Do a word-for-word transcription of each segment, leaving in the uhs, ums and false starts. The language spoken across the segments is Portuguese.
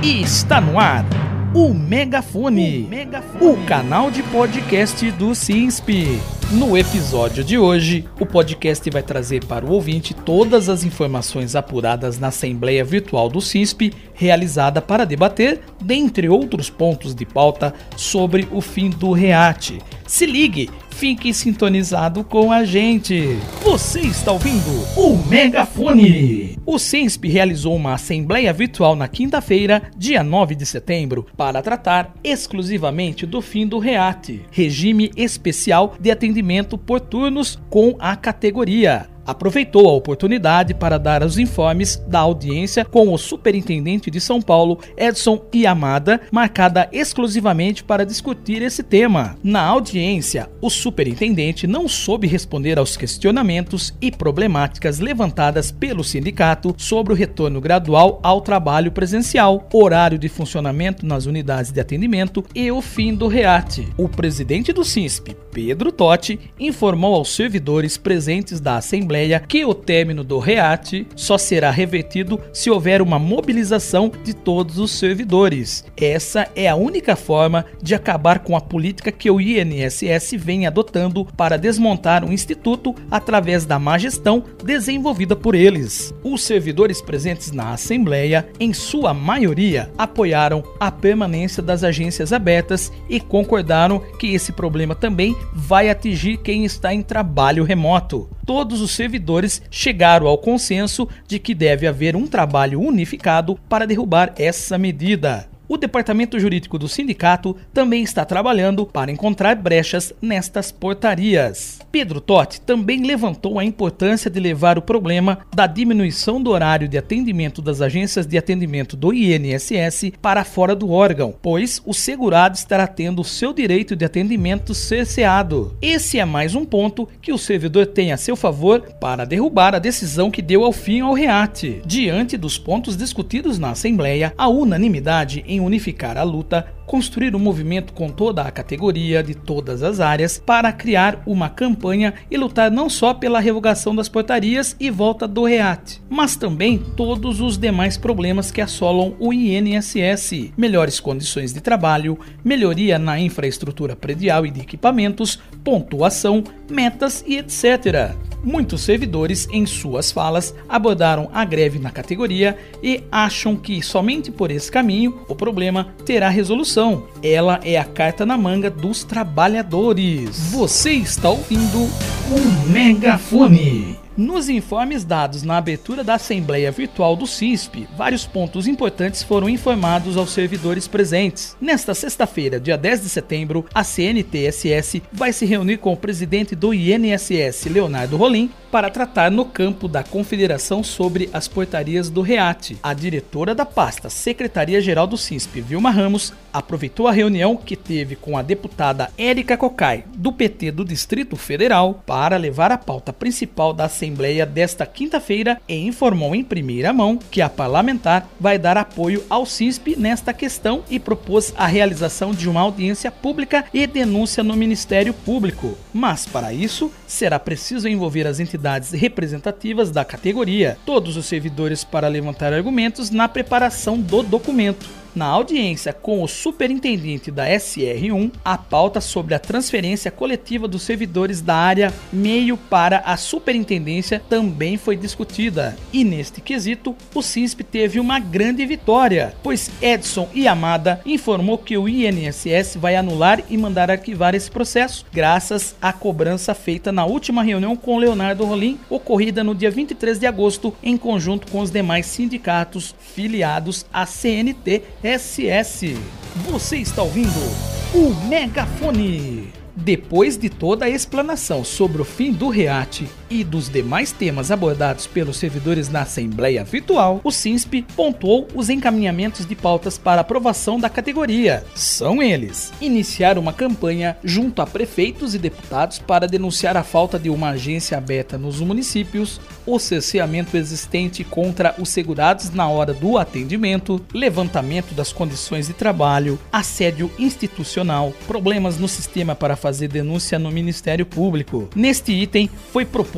E está no ar o Megafone, o, Megafone. o canal de podcast do SINSP. No episódio de hoje, o podcast vai trazer para o ouvinte todas as informações apuradas na Assembleia Virtual do SINSP, realizada para debater, dentre outros pontos de pauta, sobre o fim do REAT. Se ligue, fique sintonizado com a gente. Você está ouvindo o Megafone. O SINSP realizou uma Assembleia Virtual na quinta-feira, dia nove de setembro, para tratar exclusivamente do fim do REAT, Regime Especial de Atendimento por Turnos, com a categoria. Aproveitou a oportunidade para dar os informes da audiência com o superintendente de São Paulo, Edson Yamada, marcada exclusivamente para discutir esse tema. Na audiência, o superintendente não soube responder aos questionamentos e problemáticas levantadas pelo sindicato sobre o retorno gradual ao trabalho presencial, horário de funcionamento nas unidades de atendimento e o fim do REAT. O presidente do SINSP, Pedro Totti, informou aos servidores presentes da Assembleia que o término do REAT só será revertido se houver uma mobilização de todos os servidores. Essa é a única forma de acabar com a política que o I N S S vem adotando para desmontar o Instituto através da má gestão desenvolvida por eles. Os servidores presentes na Assembleia, em sua maioria, apoiaram a permanência das agências abertas e concordaram que esse problema também vai atingir quem está em trabalho remoto. Todos os servidores chegaram ao consenso de que deve haver um trabalho unificado para derrubar essa medida. O departamento jurídico do sindicato também está trabalhando para encontrar brechas nestas portarias. Pedro Totti também levantou a importância de levar o problema da diminuição do horário de atendimento das agências de atendimento do I N S S para fora do órgão, pois o segurado estará tendo o seu direito de atendimento cerceado. Esse é mais um ponto que o servidor tem a seu favor para derrubar a decisão que deu ao fim ao REAT. Diante dos pontos discutidos na Assembleia, a unanimidade em unificar a luta, construir um movimento com toda a categoria de todas as áreas para criar uma campanha e lutar não só pela revogação das portarias e volta do REAT, mas também todos os demais problemas que assolam o I N S S, melhores condições de trabalho, melhoria na infraestrutura predial e de equipamentos, pontuação, metas e etcétera. Muitos servidores, em suas falas, abordaram a greve na categoria e acham que somente por esse caminho o problema terá resolução. Ela é a carta na manga dos trabalhadores. Você está ouvindo o Megafone. Nos informes dados na abertura da Assembleia Virtual do SINSP, vários pontos importantes foram informados aos servidores presentes. Nesta sexta-feira, dia dez de setembro, a C N T S S vai se reunir com o presidente do I N S S, Leonardo Rolim, para tratar no campo da Confederação sobre as portarias do REAT. A diretora da pasta Secretaria-Geral do SINSP, Vilma Ramos, aproveitou a reunião que teve com a deputada Érica Cocai, do P T do Distrito Federal, para levar a pauta principal da Assembleia desta quinta-feira e informou em primeira mão que a parlamentar vai dar apoio ao SINSP nesta questão e propôs a realização de uma audiência pública e denúncia no Ministério Público. Mas, para isso, será preciso envolver as entidades representativas da categoria, todos os servidores para levantar argumentos na preparação do documento. Na audiência com o superintendente da S R um, a pauta sobre a transferência coletiva dos servidores da área meio para a superintendência também foi discutida. E neste quesito, o SINSP teve uma grande vitória, pois Edson Yamada informou que o I N S S vai anular e mandar arquivar esse processo, graças à cobrança feita na última reunião com Leonardo Rolim, ocorrida no dia vinte e três de agosto, em conjunto com os demais sindicatos filiados à C N T S S. Você está ouvindo o Megafone. Depois de toda a explanação sobre o fim do REAT e dos demais temas abordados pelos servidores na Assembleia Virtual, o SINSP pontuou os encaminhamentos de pautas para aprovação da categoria. São eles: iniciar uma campanha junto a prefeitos e deputados para denunciar a falta de uma agência aberta nos municípios, o cerceamento existente contra os segurados na hora do atendimento, levantamento das condições de trabalho, assédio institucional, problemas no sistema para fazer denúncia no Ministério Público. Neste item, foi proposto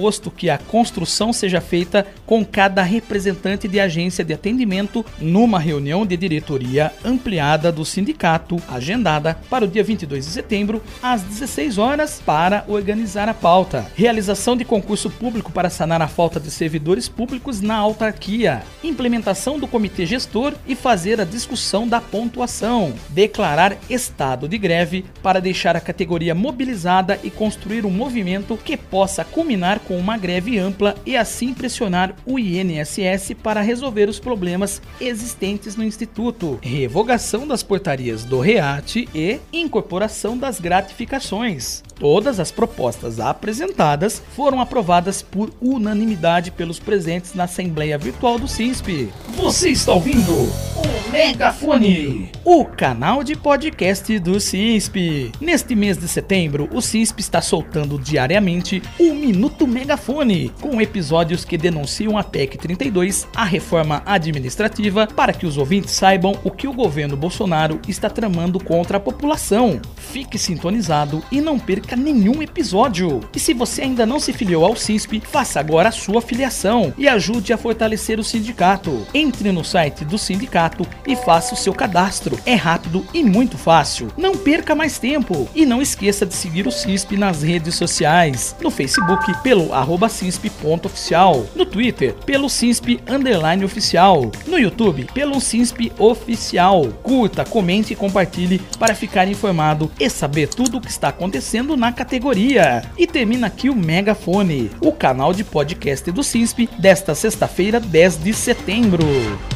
proposto que a construção seja feita com cada representante de agência de atendimento numa reunião de diretoria ampliada do sindicato, agendada para o dia vinte e dois de setembro, às dezesseis horas, para organizar a pauta. Realização de concurso público para sanar a falta de servidores públicos na autarquia. Implementação do comitê gestor e fazer a discussão da pontuação. Declarar estado de greve para deixar a categoria mobilizada e construir um movimento que possa culminar com uma greve ampla e assim pressionar o I N S S para resolver os problemas existentes no Instituto. Revogação das portarias do REAT e incorporação das gratificações. Todas as propostas apresentadas foram aprovadas por unanimidade pelos presentes na Assembleia Virtual do SINSP. Você está ouvindo o Megafone, o canal de podcast do SINSP. Neste mês de setembro, o SINSP está soltando diariamente o Minuto Megafone, com episódios que denunciam a P E C trinta e dois, a reforma administrativa, para que os ouvintes saibam o que o governo Bolsonaro está tramando contra a população. Fique sintonizado e não perca nenhum episódio. E se você ainda não se filiou ao SINSP, faça agora a sua filiação e ajude a fortalecer o sindicato. Entre no site do sindicato e faça o seu cadastro. É rápido e muito fácil. Não perca mais tempo. E não esqueça de seguir o SINSP nas redes sociais. No Facebook, pelo arroba sinsp ponto oficial. No Twitter, pelo sinsp underline oficial. No YouTube, pelo sinsp oficial. Curta, comente e compartilhe para ficar informado e saber tudo o que está acontecendo na categoria. E termina aqui o Megafone, o canal de podcast do SINSP desta sexta-feira, dez de setembro.